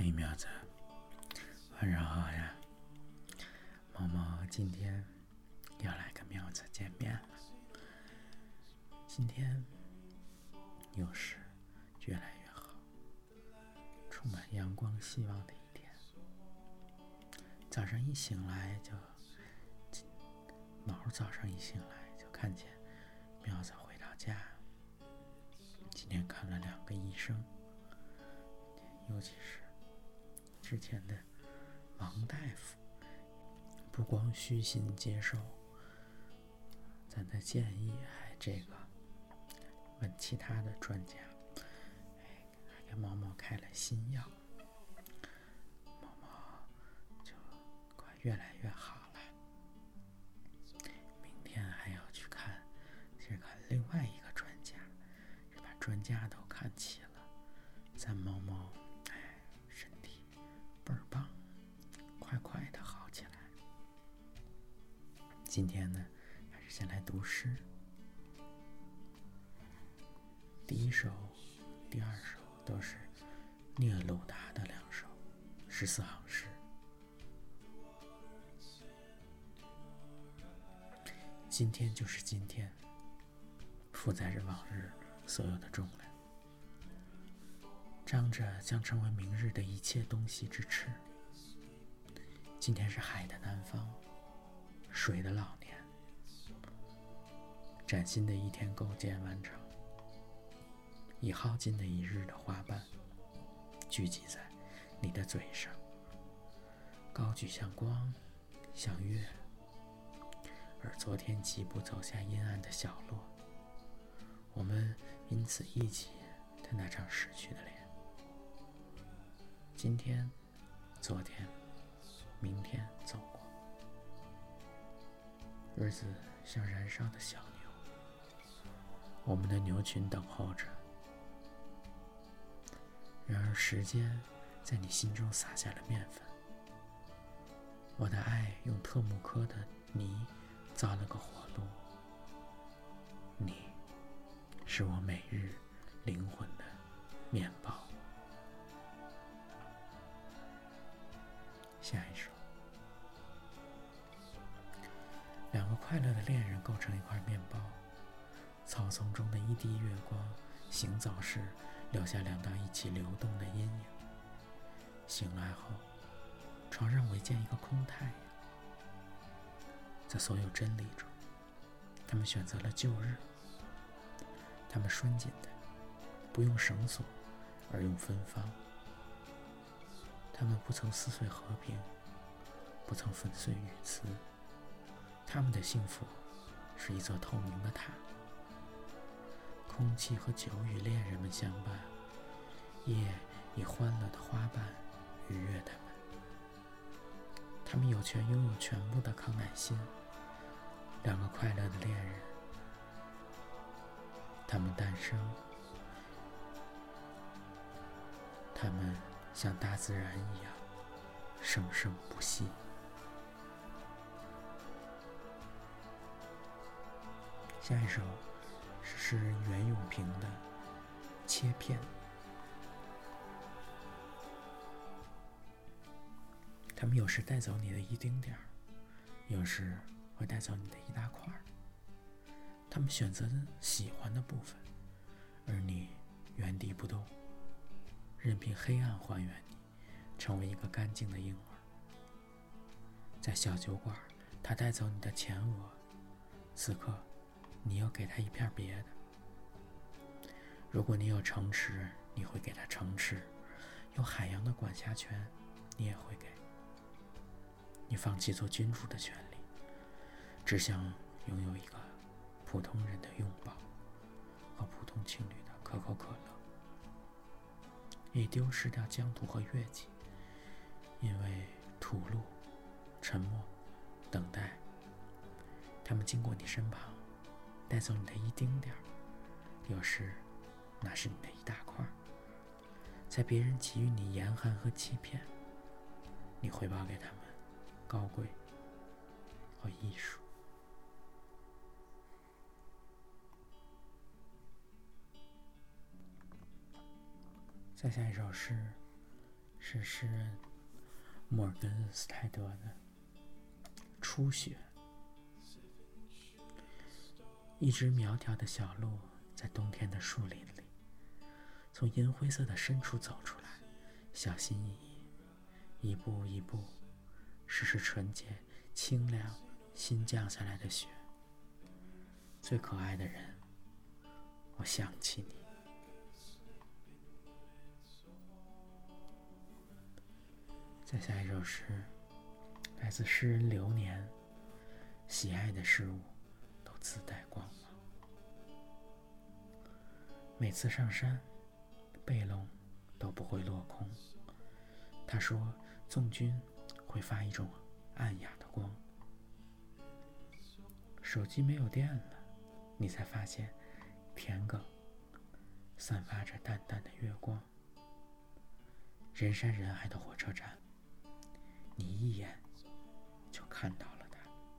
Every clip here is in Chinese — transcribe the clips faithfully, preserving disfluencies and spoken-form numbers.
嘿，苗子，晚上好呀。毛毛今天要来跟苗子见面了。今天又是越来越好，充满阳光希望的一天。早上一醒来就，毛早上一醒来就看见苗子回到家。今天看了两个医生，尤其是之前的王大夫，不光虚心接受咱的建议，还这个问其他的专家，还给毛毛开了新药，毛毛就快越来越好了。明天还要去看，去看另外一个专家，把专家都看齐了，咱毛毛哎身体倍儿棒，快快的好起来。今天呢，还是先来读诗。第一首、第二首都是聂鲁达的两首十四行诗。今天就是今天，负载着往日所有的重量，张着将成为明日的一切东西之翅。今天是海的南方，水的老年，崭新的一天构建完成，已耗尽的一日的花瓣聚集在你的嘴上，高举向光，向月。而昨天疾步走下阴暗的小路，我们因此忆起他那张逝去的脸。今天、昨天、明天走过，日子像燃烧的小牛，我们的牛群等候着。然而时间在你心中撒下了面粉，我的爱用特木科的泥造了个火炉，你是我每日灵魂的面包。下一首，两个快乐的恋人构成一块面包，草丛中的一滴月光行走时留下两道一起流动的阴影。醒来后，床上唯见一个空太阳。在所有真理中，他们选择了旧日，他们拴紧的不用绳索，而用芬芳。他们不曾撕碎和平，不曾粉碎语词。他们的幸福是一座透明的塔，空气和酒与恋人们相伴，夜以欢乐的花瓣愉悦他们。他们有权拥有全部的康乃馨，两个快乐的恋人，他们诞生，他们像大自然一样生生不息。下一首是诗人袁永平的《切片》。他们有时带走你的一丁点儿，有时会带走你的一大块儿。他们选择喜欢的部分，而你原地不动，任凭黑暗还原你，成为一个干净的婴儿。在小酒馆，他带走你的前额，此刻你要给他一片别的。如果你有城池，你会给他城池；有海洋的管辖权，你也会给。你放弃做君主的权利，只想拥有一个普通人的拥抱和普通情侣的可口可乐。也丢失掉疆土和乐器，因为吐露、沉默、等待，他们经过你身旁，带走你的一丁点儿，有时那是你的一大块。在别人给予你严寒和欺骗，你回报给他们高贵和艺术。再下一首诗是诗人莫尔根斯泰德的《初雪》。一只苗条的小鹿在冬天的树林里，从银灰色的深处走出来，小心翼翼，一步一步，试试纯洁、清凉、新降下来的雪。最可爱的人，我想起你。再下一首诗，来自诗人流年。喜爱的事物都自带光芒。每次上山，背篓都不会落空。他说，纵军会发一种暗哑的光。手机没有电了，你才发现田埂散发着淡淡的月光。人山人海的火车站，你一眼就看到了它。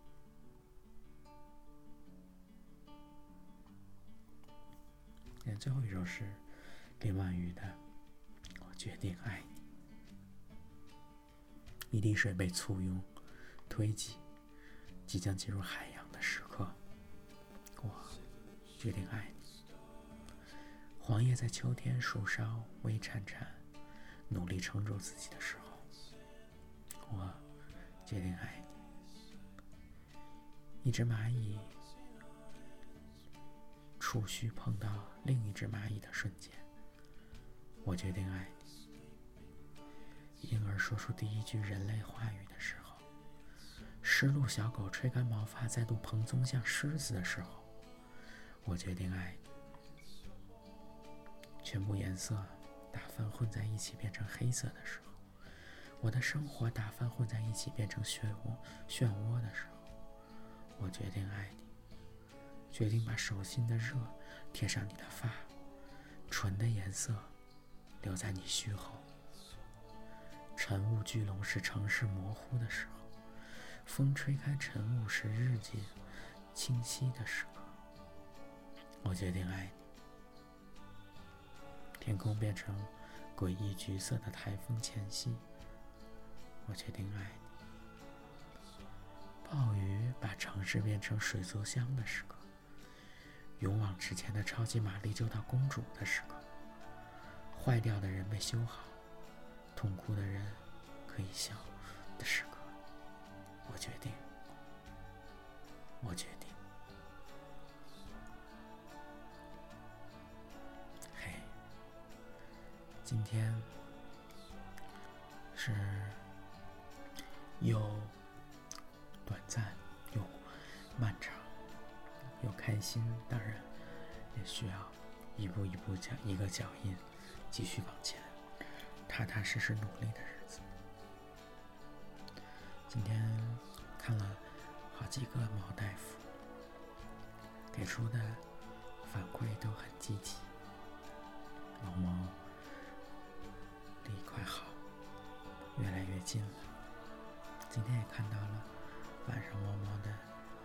最后一首是林婉瑜的《我决定爱你》。一滴水被簇拥推挤，即将进入海洋的时刻，我决定爱你。黄叶在秋天树梢微颤颤，努力撑住自己的时候，我决定爱你。一只蚂蚁触须碰到另一只蚂蚁的瞬间，我决定爱你。婴儿说出第一句人类话语的时候，失路小狗吹干毛发再度蓬松像狮子的时候，我决定爱你。全部颜色打翻混在一起变成黑色的时候，我的生活打翻混在一起变成漩涡漩涡的时候，我决定爱你。决定把手心的热贴上你的发，唇的颜色留在你须后。晨雾聚拢时城市模糊的时候，风吹开晨雾时日记清晰的时刻，我决定爱你。天空变成诡异橘色的台风前夕，我决定爱你。暴雨把城市变成水族箱的时刻，勇往直前的超级玛丽救到公主的时刻，坏掉的人被修好，痛哭的人可以笑的时刻，我决定，我决定。嘿，今天是又短暂又漫长又开心，当然也需要一步一步脚一个脚印继续往前，踏踏实实努力的日子。今天看了好几个毛大夫，给出的反馈都很积极，毛毛离快好越来越近了。今天也看到了晚上猫猫的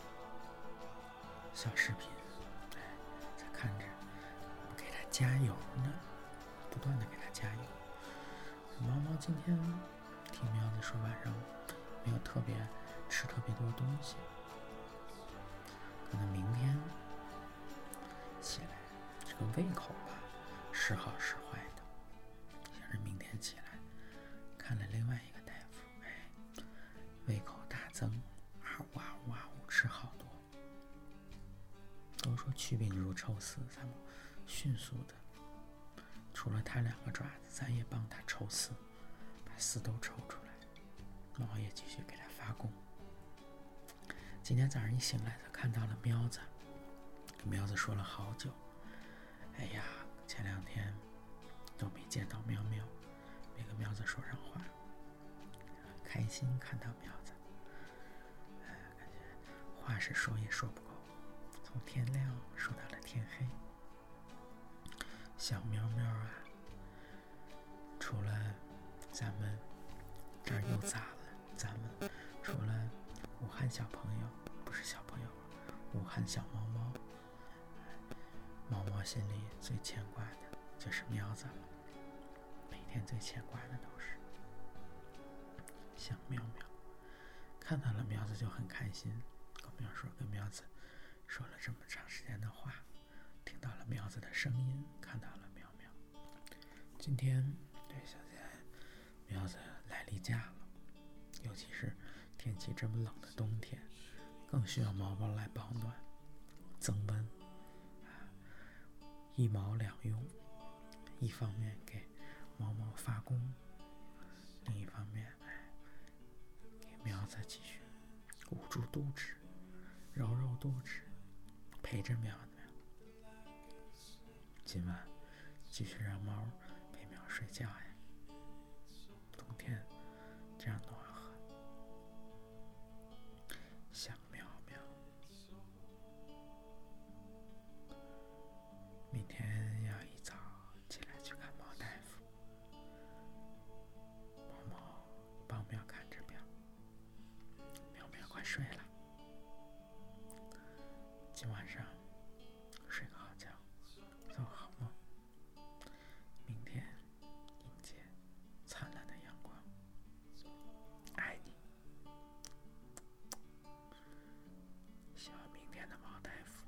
小视频，在看着给它加油呢，不断的给它加油。猫猫今天听喵子说晚上没有特别吃特别多东西，可能明天起来这个胃口吧时好时坏的，想着明天起来看了另外一个大夫，哎，胃口大增，啊呜啊呜啊呜吃好多。都说去病如抽丝，咱们迅速的，除了他两个爪子，咱也帮他抽丝，把丝都抽出来。猫也继续给他发功。今天早上一醒来，他看到了喵子，跟喵子说了好久。哎呀，前两天都没见到喵喵，没跟喵子说上话，开心看到喵子，哎，感觉话是说也说不够，从天亮说到了天黑。小喵喵啊，除了咱们这儿又咋了？咱们除了武汉小朋友，不是小朋友，武汉小猫猫，猫猫心里最牵挂的就是喵子了，每天最牵挂的都是想喵喵。看到了喵子就很开心，跟喵说跟喵子说了这么长时间的话，听到了喵子的声音，看到了喵喵。今天对小贤喵子来例假了，尤其是天气这么冷的冬天，更需要毛毛来保暖增温、啊、一毛两用。一方面给毛毛发功，另一方面哎，给喵子继续捂住肚子，揉揉肚子，陪着喵喵。今晚继续让猫陪喵睡觉呀。冬天这样暖和，想喵喵。明天要一早起来去看猫大夫，猫猫帮喵看着喵，喵喵快睡了。今晚上睡个好觉，做个好梦。明天迎接灿烂的阳光，爱你。希望明天的猫大夫